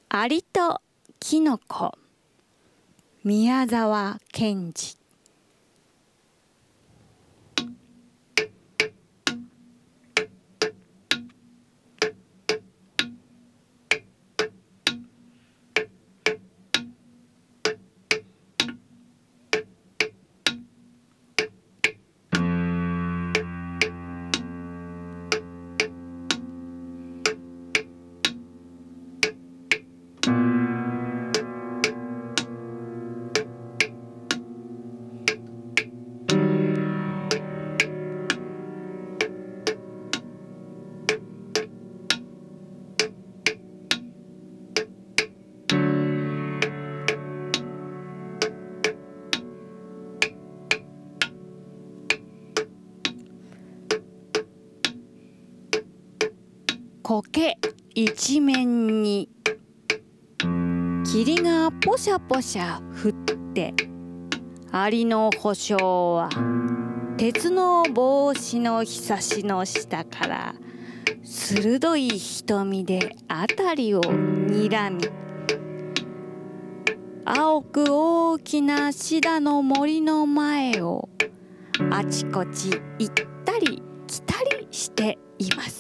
アリとキノコ、宮沢賢治。苔一面に霧がポシャポシャ降って、アリの保証は鉄の帽子のひさしの下から鋭い瞳であたりをにらみ、青く大きなシダの森の前をあちこち行ったり来たりしています。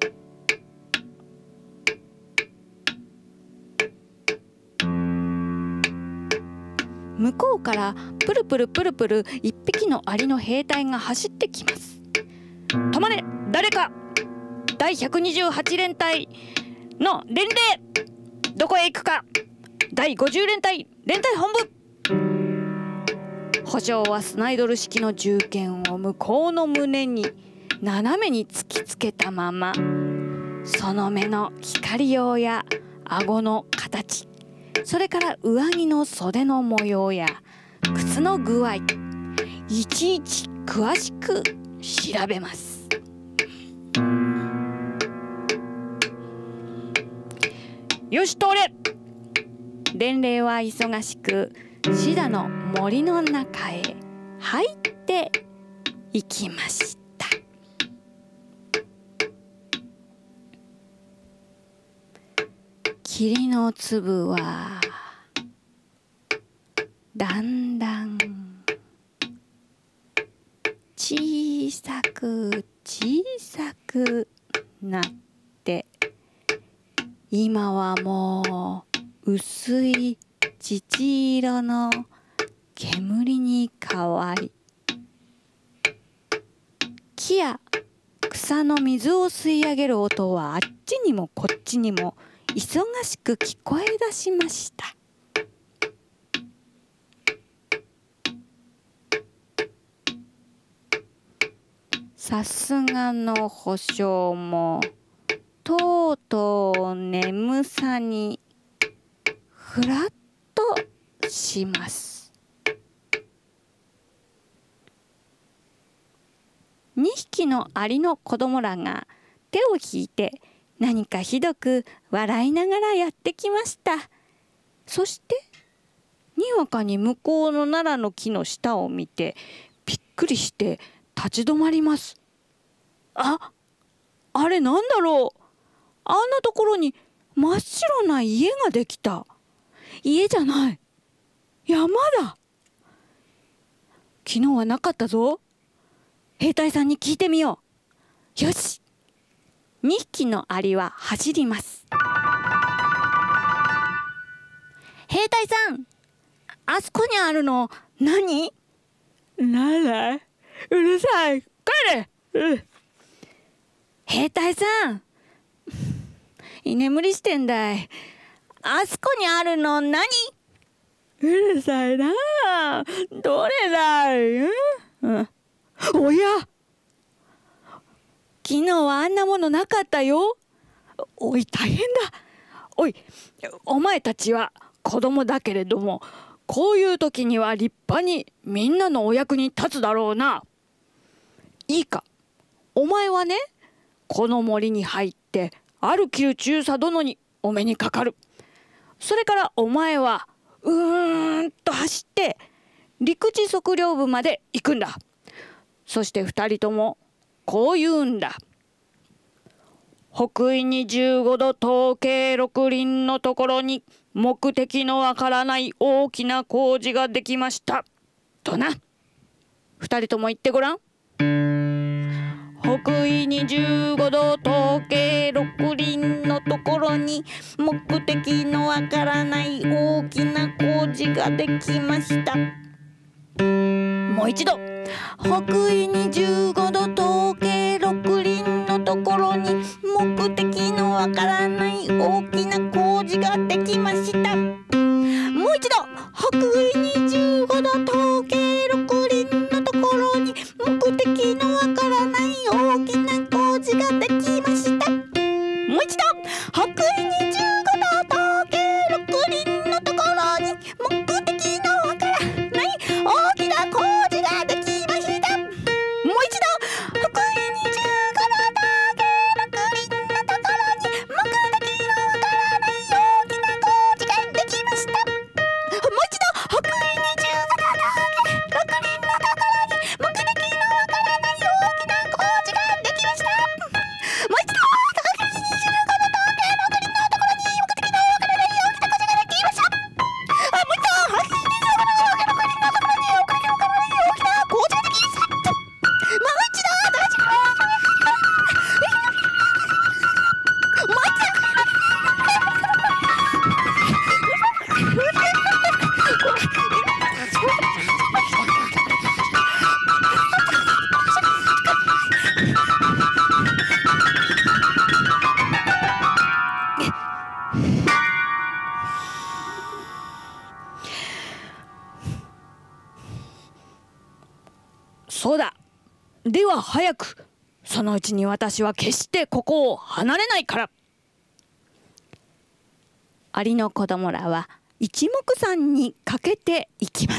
向こうからプルプルプルプル一匹のアリの兵隊が走ってきます。止まれ、誰か。第128連隊の連令、どこへ行くか。第50連隊連隊本部。保証はスナイドル式の銃剣を向こうの胸に斜めに突きつけたまま、その目の光りようや顎の形、それから上着の袖の模様や靴の具合、いちいち詳しく調べます。よし、通れ。伝令は忙しくシダの森の中へ入っていきました。霧の粒はだんだん小さく小さくなって、今はもう薄い乳色の煙に変わり、木や草の水を吸い上げる音はあっちにもこっちにも忙しく聞こえ出しました。さすがの保証もとうとう眠さにふらっとします。2匹のアリの子供らが手を引いて何かひどく笑いながらやってきました。そしてにわかに向こうのナラの木の下を見てびっくりして立ち止まります。あれなんだろう。あんなところに真っ白な家ができた。家じゃない、山だ。昨日はなかったぞ。兵隊さんに聞いてみよう。よし。2匹のアリは走ります。兵隊さん、あそこにあるの何？なんだい？うるさい。帰れ。兵隊さん、居眠りしてんだい。あそこにあるの何？うるさいな。どれだい？おや、昨日はあんなものなかったよ。おい、大変だ。おい、お前たちは子供だけれども、こういう時には立派にみんなのお役に立つだろうな。いいか、お前はね、この森に入ってアルキル中佐殿にお目にかかる。それからお前はと走って陸地測量部まで行くんだ。そして2人ともこう言うんだ。 北緯に15度東経6輪のところに目的のわからない大きな工事ができましたとな。二人とも言ってごらん。北緯に15度東経6輪のところに目的のわからない大きな工事ができました。もう一度。北緯に15度東経6輪のところに目的のわからない大きな工事ができました。もう一度。北緯に15度東経6輪のところに目的のわからない大きな工事ができました。もう一度。北緯に15度東経6輪のところに目的のわからない大きな工事ができました。もう一度。北緯に15度東経6輪のところに目的のわからない大きな工事ができました。もう一度。北緯に15度東経6輪のところに目的のわからない大きな工事ができました。もう一度。北緯に15度東経6輪のところに目的のわからない大きな工事ができました。もう一度。北緯に15度東経6輪のところに目的のわからない大きな工事ができました。もう一度。そうだ。では早く。そのうちに私は決してここを離れないから。アリの子供らは一目散に駆けていきます。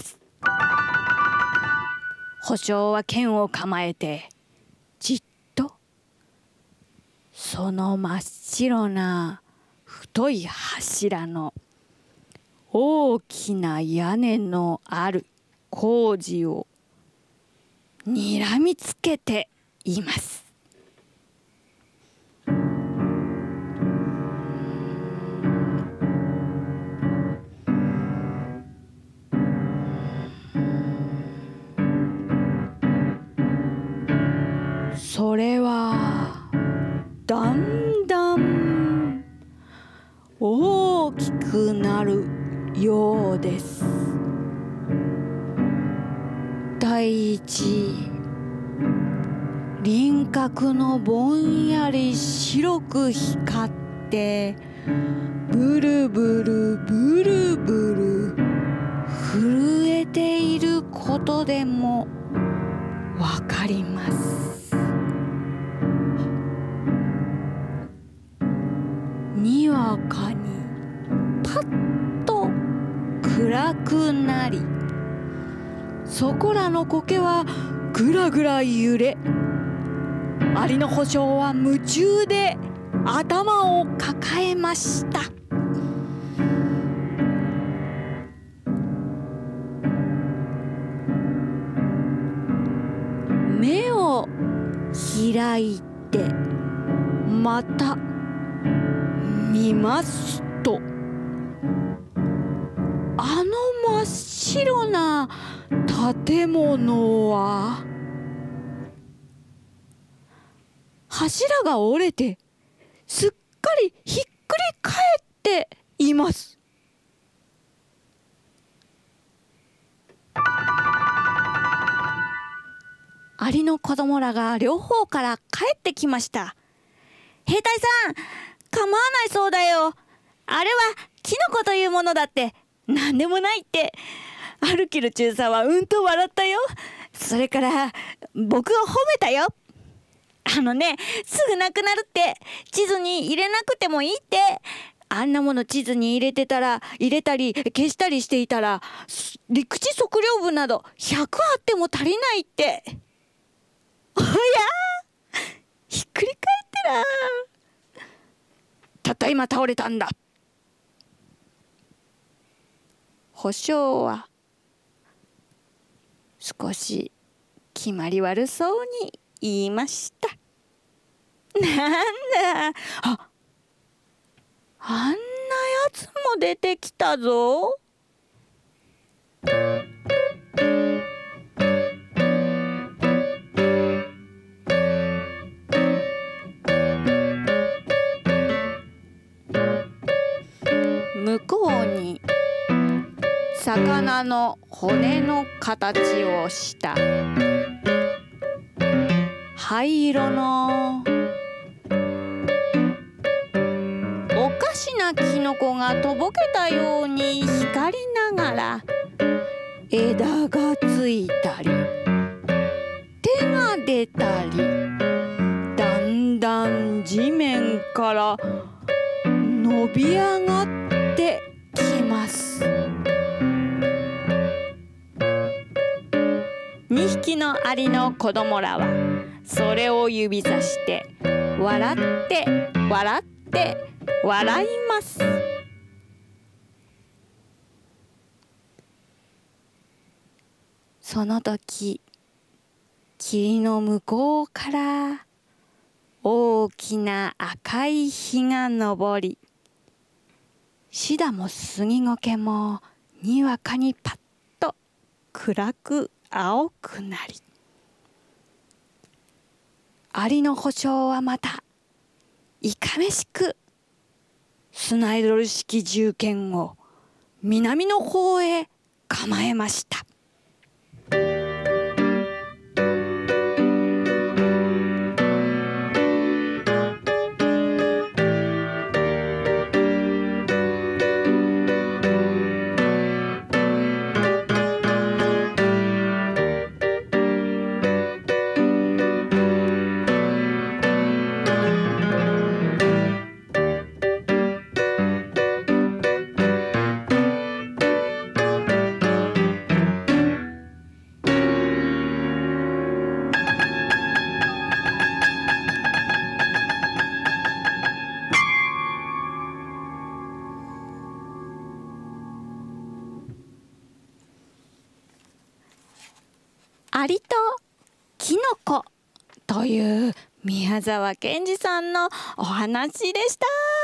保証は剣を構えてじっとその真っ白な太い柱の大きな屋根のある工事をにらみつけています。それはだんだん大きくなるようです。第一、輪郭のぼんやり白く光ってブルブルブルブル震えていることでもわかります。にわかにパッと暗くなり、そこらの苔はぐらぐら揺れ、アリの保証は夢中で頭を抱えました。目を開いてまた見ますと、あの真っ白な建物は柱が折れてすっかりひっくり返っています。アリの子供らが両方から帰ってきました。兵隊さん、構わないそうだよ。あれはキノコというものだって何でもないって。アルキル中佐はうんと笑ったよ。それから僕を褒めたよ。すぐなくなるって。地図に入れなくてもいいって。あんなもの地図に入れたり消したりしていたら陸地測量部など100あっても足りないって。おや、ひっくり返ってら。たった今倒れたんだ。保証は少し決まり悪そうに言いました。 なんだ、あんなやつも出てきたぞ。向こうに魚の骨の形をした灰色のおかしなキノコがとぼけたように光りながら枝がついたり手が出たり、だんだん地面から伸び上がってきます。2匹のアリの子供らはそれを指さして笑って笑って笑います。その時、霧の向こうから大きな赤い日が昇り、シダもスギゴケもにわかにパッと暗く青くなり、アリの保証はまたいかめしくスナイドル式銃剣を南の方へ構えました。アリとキノコという宮沢賢治さんのお話でした。